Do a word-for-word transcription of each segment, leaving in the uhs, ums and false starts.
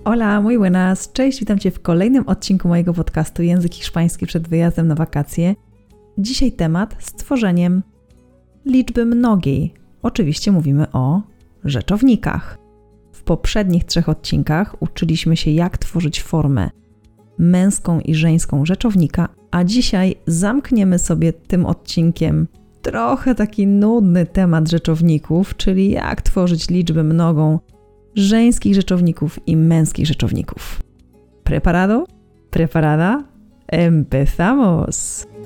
Hola, muy buenas, cześć, witam Cię w kolejnym odcinku mojego podcastu Język Hiszpański przed wyjazdem na wakacje. Dzisiaj temat z tworzeniem liczby mnogiej. Oczywiście mówimy o rzeczownikach. W poprzednich trzech odcinkach uczyliśmy się, jak tworzyć formę męską i żeńską rzeczownika, a dzisiaj zamkniemy sobie tym odcinkiem trochę taki nudny temat rzeczowników, czyli jak tworzyć liczbę mnogą żeńskich rzeczowników i męskich rzeczowników. ¿Preparado? ¿Preparada? ¡Empezamos!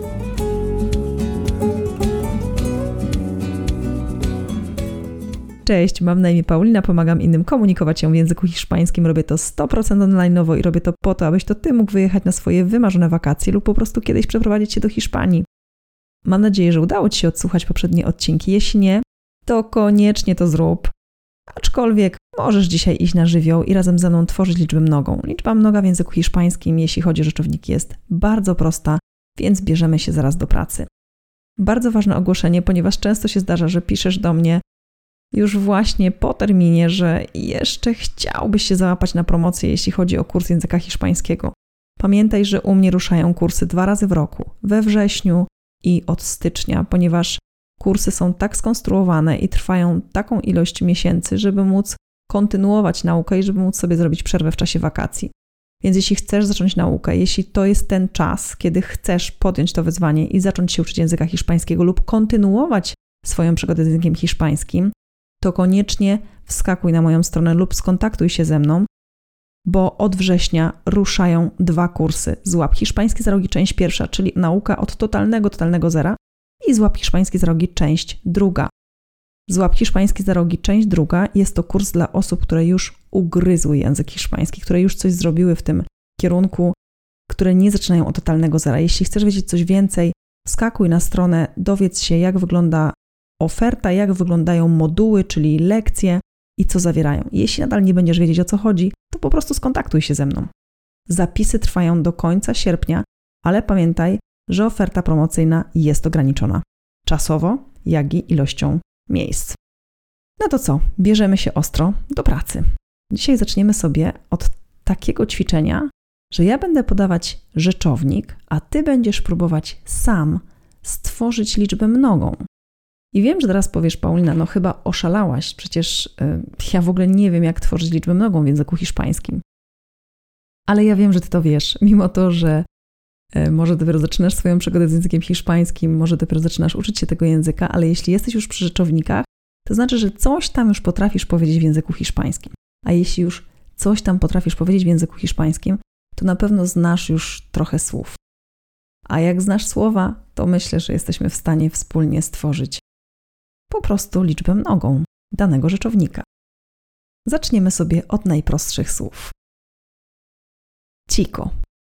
Cześć, mam na imię Paulina, pomagam innym komunikować się w języku hiszpańskim. Robię to sto procent online'owo i robię to po to, abyś to Ty mógł wyjechać na swoje wymarzone wakacje lub po prostu kiedyś przeprowadzić się do Hiszpanii. Mam nadzieję, że udało Ci się odsłuchać poprzednie odcinki. Jeśli nie, to koniecznie to zrób. Aczkolwiek możesz dzisiaj iść na żywioł i razem ze mną tworzyć liczbę mnogą. Liczba mnoga w języku hiszpańskim, jeśli chodzi o rzeczowniki, jest bardzo prosta, więc bierzemy się zaraz do pracy. Bardzo ważne ogłoszenie, ponieważ często się zdarza, że piszesz do mnie już właśnie po terminie, że jeszcze chciałbyś się załapać na promocję, jeśli chodzi o kurs języka hiszpańskiego. Pamiętaj, że u mnie ruszają kursy dwa razy w roku, we wrześniu i od stycznia, ponieważ kursy są tak skonstruowane i trwają taką ilość miesięcy, żeby móc kontynuować naukę i żeby móc sobie zrobić przerwę w czasie wakacji. Więc jeśli chcesz zacząć naukę, jeśli to jest ten czas, kiedy chcesz podjąć to wyzwanie i zacząć się uczyć języka hiszpańskiego lub kontynuować swoją przygodę z językiem hiszpańskim, to koniecznie wskakuj na moją stronę lub skontaktuj się ze mną, bo od września ruszają dwa kursy. Złap hiszpański za rogi część pierwsza, czyli nauka od totalnego, totalnego zera, i Złap hiszpański za rogi część druga. Złap hiszpański za rogi część druga jest to kurs dla osób, które już ugryzły język hiszpański, które już coś zrobiły w tym kierunku, które nie zaczynają od totalnego zera. Jeśli chcesz wiedzieć coś więcej, wskakuj na stronę, dowiedz się, jak wygląda oferta, jak wyglądają moduły, czyli lekcje i co zawierają. Jeśli nadal nie będziesz wiedzieć, o co chodzi, to po prostu skontaktuj się ze mną. Zapisy trwają do końca sierpnia, ale pamiętaj, że oferta promocyjna jest ograniczona czasowo, jak i ilością miejsc. No to co? Bierzemy się ostro do pracy. Dzisiaj zaczniemy sobie od takiego ćwiczenia, że ja będę podawać rzeczownik, a Ty będziesz próbować sam stworzyć liczbę mnogą. I wiem, że teraz powiesz, Paulina, no chyba oszalałaś, przecież yy, ja w ogóle nie wiem, jak tworzyć liczbę mnogą w języku hiszpańskim. Ale ja wiem, że Ty to wiesz, mimo to, że może dopiero zaczynasz swoją przygodę z językiem hiszpańskim, może dopiero zaczynasz uczyć się tego języka, ale jeśli jesteś już przy rzeczownikach, to znaczy, że coś tam już potrafisz powiedzieć w języku hiszpańskim. A jeśli już coś tam potrafisz powiedzieć w języku hiszpańskim, to na pewno znasz już trochę słów. A jak znasz słowa, to myślę, że jesteśmy w stanie wspólnie stworzyć po prostu liczbę mnogą danego rzeczownika. Zaczniemy sobie od najprostszych słów. Chico.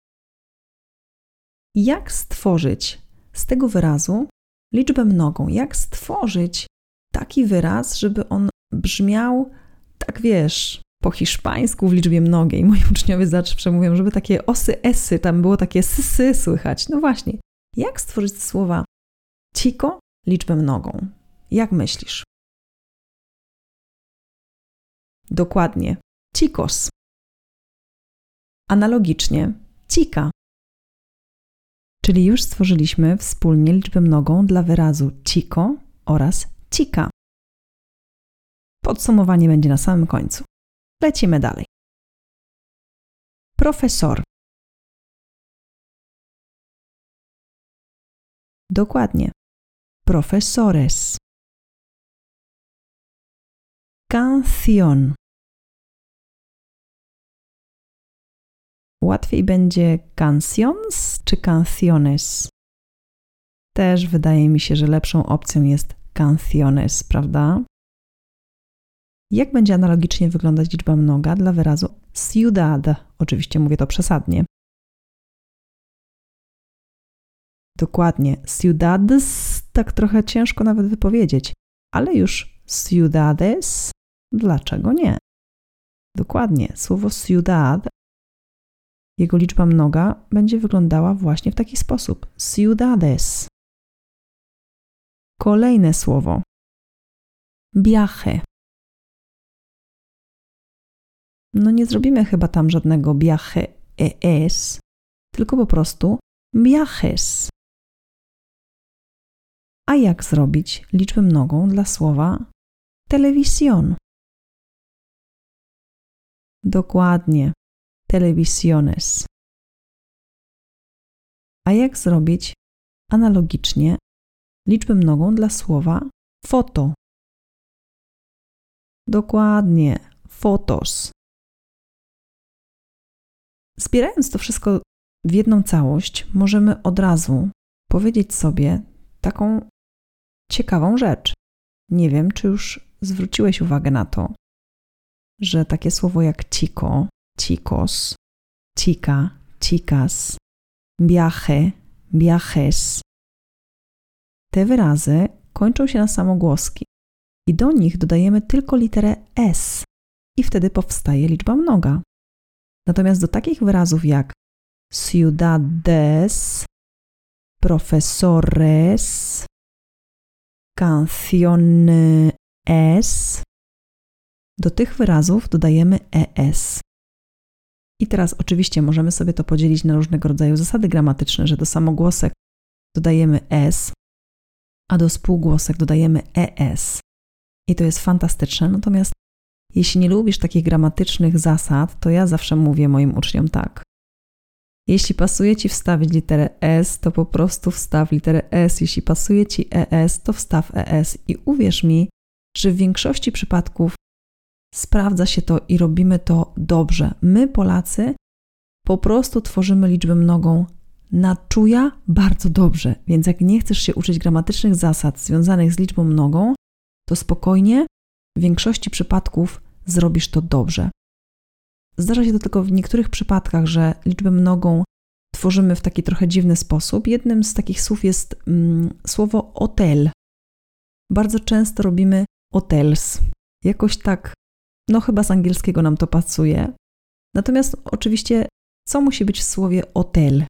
Jak stworzyć z tego wyrazu liczbę mnogą? Jak stworzyć taki wyraz, żeby on brzmiał, tak wiesz, po hiszpańsku w liczbie mnogiej? Moi uczniowie zawsze mówią, żeby takie osy, esy, tam było takie sysy słychać. No właśnie, jak stworzyć z słowa chico liczbę mnogą? Jak myślisz? Dokładnie, chicos. Analogicznie, chica. Czyli już stworzyliśmy wspólnie liczbę mnogą dla wyrazu chico oraz chica. Podsumowanie będzie na samym końcu. Lecimy dalej. Profesor. Dokładnie. Profesores. Canción. Łatwiej będzie canciones czy canciones? Też wydaje mi się, że lepszą opcją jest canciones, prawda? Jak będzie analogicznie wyglądać liczba mnoga dla wyrazu ciudad? Oczywiście mówię to przesadnie. Dokładnie. Ciudades, tak trochę ciężko nawet wypowiedzieć, ale już ciudades, dlaczego nie? Dokładnie. Słowo ciudad, jego liczba mnoga będzie wyglądała właśnie w taki sposób. Ciudades. Kolejne słowo. Viaje. no nie zrobimy chyba tam żadnego viaje es, tylko po prostu viajes. A jak zrobić liczbę mnogą dla słowa televisión? Dokładnie, televisiones. A jak zrobić analogicznie liczbę mnogą dla słowa foto? Dokładnie, fotos. Zbierając to wszystko w jedną całość, możemy od razu powiedzieć sobie taką ciekawą rzecz. Nie wiem, czy już zwróciłeś uwagę na to, że takie słowo jak chico, chicos, chica, chicas, viaje, viajes, te wyrazy kończą się na samogłoski i do nich dodajemy tylko literę S i wtedy powstaje liczba mnoga. Natomiast do takich wyrazów jak ciudades, profesores, canciones, do tych wyrazów dodajemy es. I teraz oczywiście możemy sobie to podzielić na różnego rodzaju zasady gramatyczne, że do samogłosek dodajemy s, a do spółgłosek dodajemy es. I to jest fantastyczne. Natomiast jeśli nie lubisz takich gramatycznych zasad, to ja zawsze mówię moim uczniom tak. Jeśli pasuje Ci wstawić literę S, to po prostu wstaw literę S. Jeśli pasuje Ci es, to wstaw es. I uwierz mi, że w większości przypadków sprawdza się to i robimy to dobrze. My, Polacy, po prostu tworzymy liczbę mnogą na czuja bardzo dobrze. Więc jak nie chcesz się uczyć gramatycznych zasad związanych z liczbą mnogą, to spokojnie, w większości przypadków zrobisz to dobrze. Zdarza się to tylko w niektórych przypadkach, że liczbę mnogą tworzymy w taki trochę dziwny sposób. Jednym z takich słów jest mm, słowo hotel. Bardzo często robimy hotels. Jakoś tak, no chyba z angielskiego nam to pasuje. Natomiast oczywiście, co musi być w słowie hotel?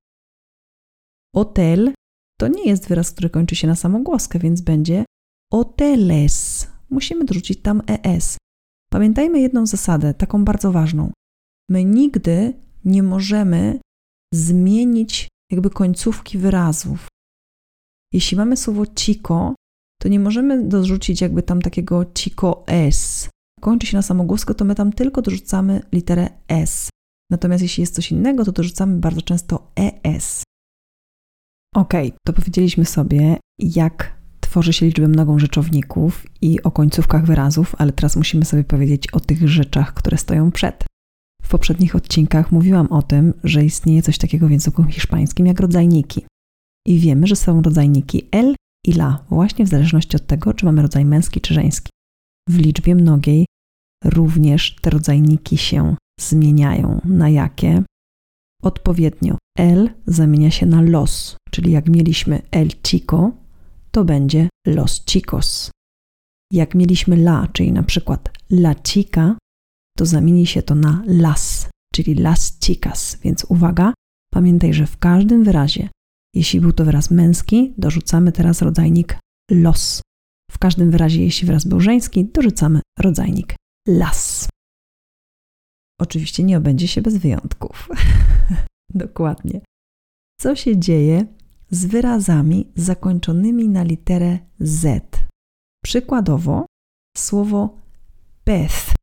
Hotel to nie jest wyraz, który kończy się na samogłoskę, więc będzie hoteles. Musimy dorzucić tam es. Pamiętajmy jedną zasadę, taką bardzo ważną. My nigdy nie możemy zmienić jakby końcówki wyrazów. Jeśli mamy słowo chico, to nie możemy dorzucić jakby tam takiego chico es. Kończy się na samogłoskę, to my tam tylko dorzucamy literę s. Natomiast jeśli jest coś innego, to dorzucamy bardzo często es. Ok, to powiedzieliśmy sobie, jak tworzy się liczbę mnogą rzeczowników i o końcówkach wyrazów, ale teraz musimy sobie powiedzieć o tych rzeczach, które stoją przed. W poprzednich odcinkach mówiłam o tym, że istnieje coś takiego w języku hiszpańskim jak rodzajniki. I wiemy, że są rodzajniki el i la, właśnie w zależności od tego, czy mamy rodzaj męski czy żeński. W liczbie mnogiej również te rodzajniki się zmieniają. Na jakie? Odpowiednio el zamienia się na los, czyli jak mieliśmy el chico, to będzie los chicos. Jak mieliśmy la, czyli na przykład la chica, to zamieni się to na las, czyli las chicas. Więc uwaga, pamiętaj, że w każdym wyrazie, jeśli był to wyraz męski, dorzucamy teraz rodzajnik los. W każdym wyrazie, jeśli wyraz był żeński, dorzucamy rodzajnik las. Oczywiście nie obędzie się bez wyjątków. Dokładnie. Co się dzieje z wyrazami zakończonymi na literę Z? Przykładowo słowo pez.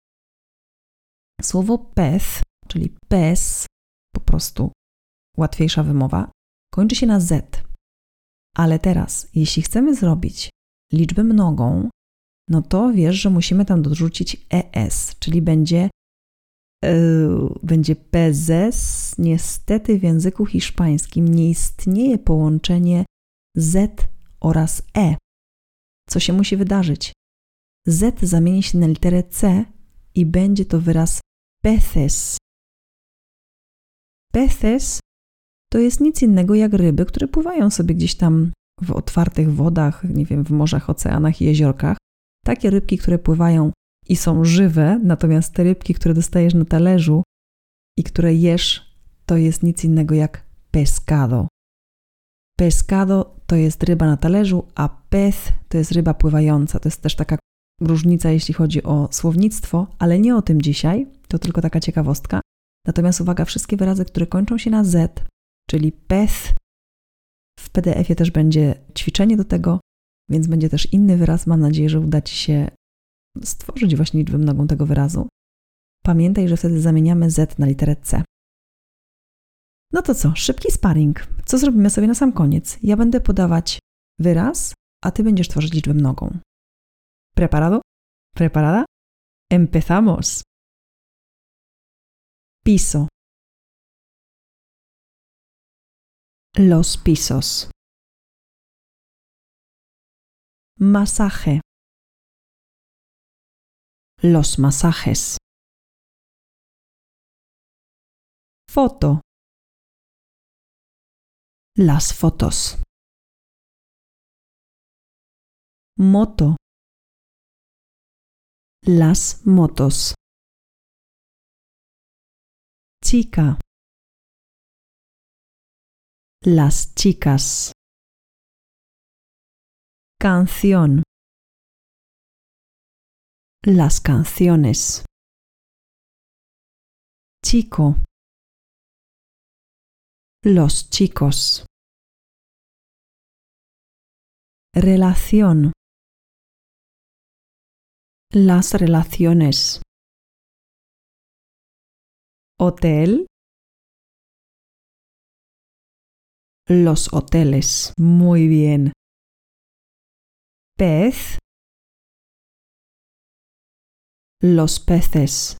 Słowo pez, czyli pez, po prostu łatwiejsza wymowa, kończy się na Z. Ale teraz, jeśli chcemy zrobić liczbę mnogą, no to wiesz, że musimy tam dorzucić es, czyli będzie Yy, będzie pezes. Niestety w języku hiszpańskim nie istnieje połączenie z oraz e. Co się musi wydarzyć? Z zamieni się na literę c i będzie to wyraz peces. Peces to jest nic innego jak ryby, które pływają sobie gdzieś tam w otwartych wodach, nie wiem, w morzach, oceanach i jeziorkach. Takie rybki, które pływają i są żywe, natomiast te rybki, które dostajesz na talerzu i które jesz, to jest nic innego jak pescado. Pescado to jest ryba na talerzu, a pez to jest ryba pływająca. To jest też taka różnica, jeśli chodzi o słownictwo, ale nie o tym dzisiaj, to tylko taka ciekawostka. Natomiast uwaga, wszystkie wyrazy, które kończą się na Z, czyli pez, w P D F-ie też będzie ćwiczenie do tego, więc będzie też inny wyraz. Mam nadzieję, że uda Ci się stworzyć właśnie liczbę mnogą tego wyrazu. Pamiętaj, że wtedy zamieniamy Z na literę C. No to co? Szybki sparring. Co zrobimy sobie na sam koniec? Ja będę podawać wyraz, a Ty będziesz tworzyć liczbę mnogą. ¿Preparado? ¿Preparada? Empezamos. Piso. Los pisos. Masaje. Los masajes. Foto. Las fotos. Moto. Las motos. Chica. Las chicas. Canción. Las canciones. Chico. Los chicos. Relación. Las relaciones. Hotel. Los hoteles. Muy bien. Pez. Los peces.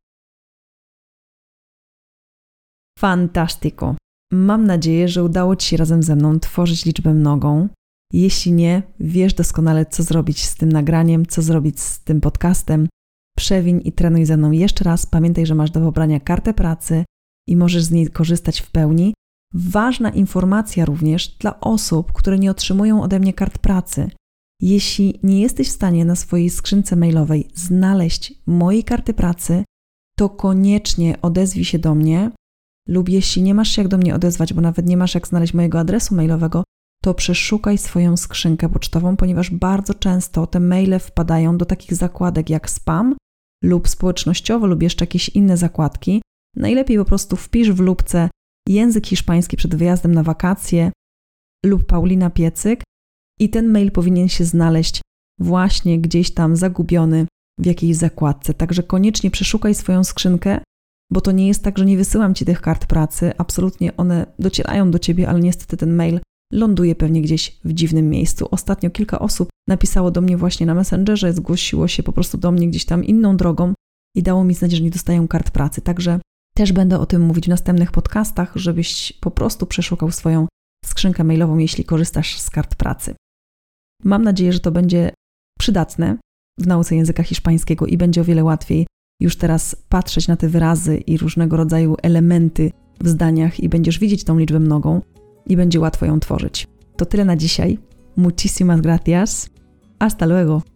Fantastyko. Mam nadzieję, że udało Ci się razem ze mną tworzyć liczbę mnogą. Jeśli nie, wiesz doskonale, co zrobić z tym nagraniem, co zrobić z tym podcastem. Przewiń i trenuj ze mną jeszcze raz. Pamiętaj, że masz do pobrania kartę pracy i możesz z niej korzystać w pełni. Ważna informacja również dla osób, które nie otrzymują ode mnie kart pracy. Jeśli nie jesteś w stanie na swojej skrzynce mailowej znaleźć mojej karty pracy, to koniecznie odezwij się do mnie lub jeśli nie masz się jak do mnie odezwać, bo nawet nie masz jak znaleźć mojego adresu mailowego, to przeszukaj swoją skrzynkę pocztową, ponieważ bardzo często te maile wpadają do takich zakładek jak spam lub społecznościowo lub jeszcze jakieś inne zakładki. Najlepiej po prostu wpisz w lupce język hiszpański przed wyjazdem na wakacje lub Paulina Piecyk i ten mail powinien się znaleźć właśnie gdzieś tam zagubiony w jakiejś zakładce. Także koniecznie przeszukaj swoją skrzynkę, bo to nie jest tak, że nie wysyłam Ci tych kart pracy. Absolutnie one docierają do Ciebie, ale niestety ten mail ląduje pewnie gdzieś w dziwnym miejscu. Ostatnio kilka osób napisało do mnie właśnie na Messengerze, zgłosiło się po prostu do mnie gdzieś tam inną drogą i dało mi znać, że nie dostają kart pracy. Także też będę o tym mówić w następnych podcastach, żebyś po prostu przeszukał swoją skrzynkę mailową, jeśli korzystasz z kart pracy. Mam nadzieję, że to będzie przydatne w nauce języka hiszpańskiego i będzie o wiele łatwiej już teraz patrzeć na te wyrazy i różnego rodzaju elementy w zdaniach i będziesz widzieć tą liczbę mnogą i będzie łatwo ją tworzyć. To tyle na dzisiaj. Muchísimas gracias. Hasta luego.